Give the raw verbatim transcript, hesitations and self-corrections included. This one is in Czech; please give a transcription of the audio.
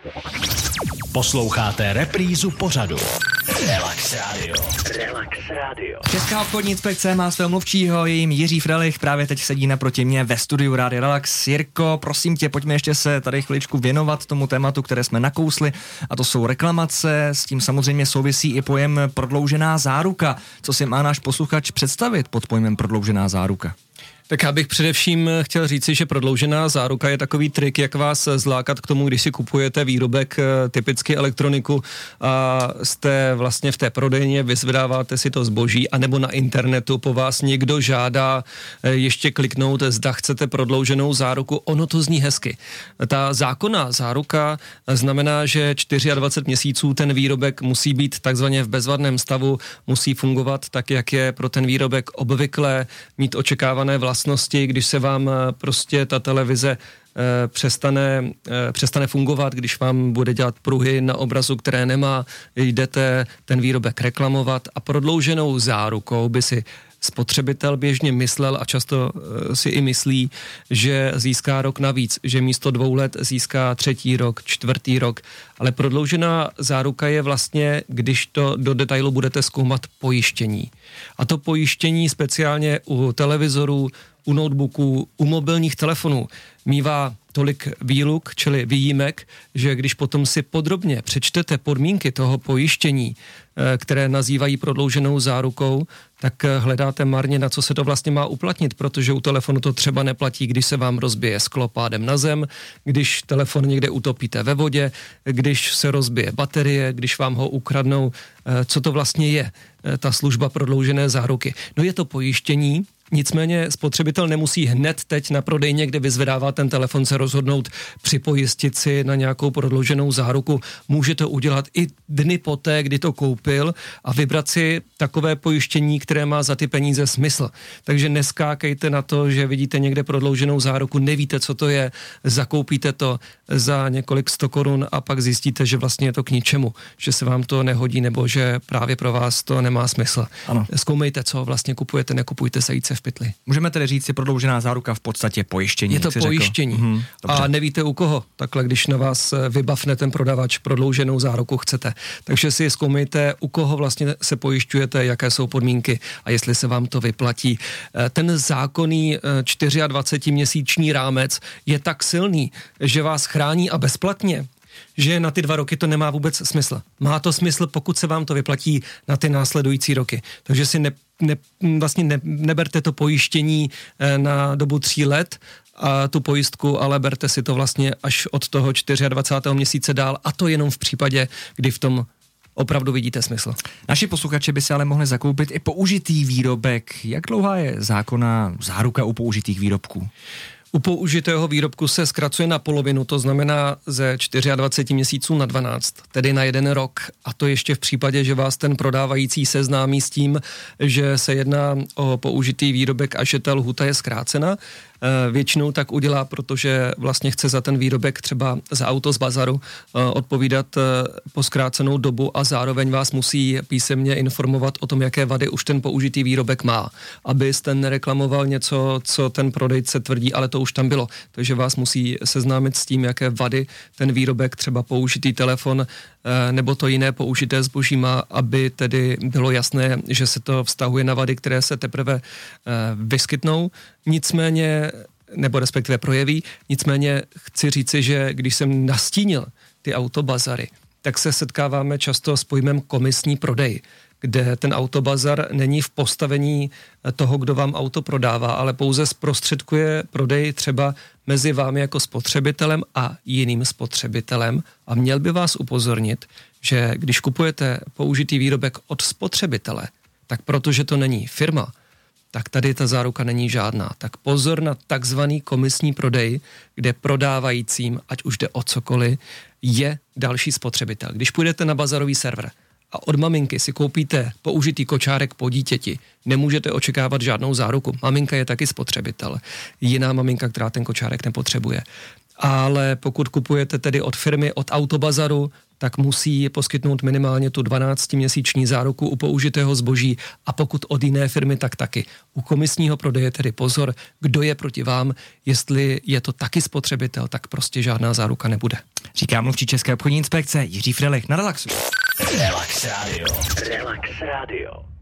Posloucháte reprízu pořadu Relax Radio. Relax Radio. Česká obchodní inspekce má svého mluvčího, je jim Jiří Frelich, právě teď sedí naproti mě ve studiu Rádia Relax. Jirko, prosím tě, pojďme ještě se tady chviličku věnovat tomu tématu, které jsme nakousli, a to jsou reklamace, s tím samozřejmě souvisí i pojem prodloužená záruka. Co si má náš posluchač představit pod pojmem prodloužená záruka? Tak já bych především chtěl říci, že prodloužená záruka je takový trik, jak vás zlákat k tomu, když si kupujete výrobek, typicky elektroniku, a jste vlastně v té prodejně, vyzvedáváte si to zboží, anebo na internetu po vás někdo žádá ještě kliknout, zda chcete prodlouženou záruku. Ono to zní hezky. Ta zákonná záruka znamená, že dvacet čtyři měsíců ten výrobek musí být takzvaně v bezvadném stavu, musí fungovat tak, jak je pro ten výrobek obvyklé, mít očekávané vlastnosti. Když se vám prostě ta televize e, přestane, e, přestane fungovat, když vám bude dělat pruhy na obrazu, které nemá, jdete ten výrobek reklamovat, a prodlouženou zárukou by si spotřebitel běžně myslel, a často e, si i myslí, že získá rok navíc, že místo dvou let získá třetí rok, čtvrtý rok, ale prodloužená záruka je vlastně, když to do detailu budete zkoumat, pojištění. A to pojištění speciálně u televizorů, u notebooků, u mobilních telefonů mívá tolik výluk, čili výjimek, že když potom si podrobně přečtete podmínky toho pojištění, které nazývají prodlouženou zárukou, tak hledáte marně, na co se to vlastně má uplatnit, protože u telefonu to třeba neplatí, když se vám rozbije sklo pádem na zem, když telefon někde utopíte ve vodě, když se rozbije baterie, když vám ho ukradnou. Co to vlastně je, ta služba prodloužené záruky? No je to pojištění. Nicméně spotřebitel nemusí hned teď na prodejně, kde vyzvedává ten telefon, se rozhodnout připojistit si na nějakou prodlouženou záruku. Může to udělat i dny poté, kdy to koupil, a vybrat si takové pojištění, které má za ty peníze smysl. Takže neskákejte na to, že vidíte někde prodlouženou záruku, nevíte, co to je, zakoupíte to za několik sto korun a pak zjistíte, že vlastně je to k ničemu, že se vám to nehodí nebo že právě pro vás to nemá smysl. Ano. Zkoumejte, co vlastně kupujete, nekupujte sejce v pytli. Můžeme tedy říct, že prodloužená záruka v podstatě pojištění. Je to pojištění. Mhm, a nevíte u koho, takhle, když na vás vybavne ten prodavač, prodlouženou záruku chcete. Takže si zkoumejte, u koho vlastně se pojišťujete, jaké jsou podmínky a jestli se vám to vyplatí. Ten zákonný dvacetičtyřměsíční rámec je tak silný, že vás chrání a bezplatně, že na ty dva roky to nemá vůbec smysl. Má to smysl, pokud se vám to vyplatí na ty následující roky. Takže si ne, ne, vlastně ne, neberte to pojištění na dobu tří let a tu pojistku, ale berte si to vlastně až od toho dvacátého čtvrtého měsíce dál, a to jenom v případě, kdy v tom opravdu vidíte smysl. Naši posluchači by se ale mohli zakoupit i použitý výrobek. Jak dlouhá je zákonná záruka u použitých výrobků? U použitého výrobku se zkracuje na polovinu, to znamená ze dvaceti čtyř měsíců na dvanáct, tedy na jeden rok. A to ještě v případě, že vás ten prodávající seznámí s tím, že se jedná o použitý výrobek a že ta lhůta je zkrácena. Většinou tak udělá, protože vlastně chce za ten výrobek třeba za auto z bazaru odpovídat po zkrácenou dobu a zároveň vás musí písemně informovat o tom, jaké vady už ten použitý výrobek má, abyste nereklamoval něco, co ten prodejce tvrdí, ale to už tam bylo. Takže vás musí seznámit s tím, jaké vady ten výrobek, třeba použitý telefon nebo to jiné použité zboží má, aby tedy bylo jasné, že se to vztahuje na vady, které se teprve vyskytnou. Nicméně, nebo respektive projeví, nicméně chci říci, že když jsem nastínil ty autobazary, tak se setkáváme často s pojmem komisní prodej, kde ten autobazar není v postavení toho, kdo vám auto prodává, ale pouze zprostředkuje prodej třeba mezi vámi jako spotřebitelem a jiným spotřebitelem, a měl by vás upozornit, že když kupujete použitý výrobek od spotřebitele, tak protože to není firma, tak tady ta záruka není žádná. Tak pozor na takzvaný komisní prodej, kde prodávajícím, ať už jde o cokoliv, je další spotřebitel. Když půjdete na bazarový server a od maminky si koupíte použitý kočárek po dítěti, nemůžete očekávat žádnou záruku. Maminka je taky spotřebitel. Jiná maminka, která ten kočárek nepotřebuje. Ale pokud kupujete tedy od firmy, od autobazaru, tak musí poskytnout minimálně tu dvanáctiměsíční záruku u použitého zboží a pokud od jiné firmy, tak taky. U komisního prodeje tedy pozor, kdo je proti vám, jestli je to taky spotřebitel, tak prostě žádná záruka nebude. Říká mluvčí České obchodní inspekce Jiří Frelich na Relaxu. Relax Radio. Relax Radio.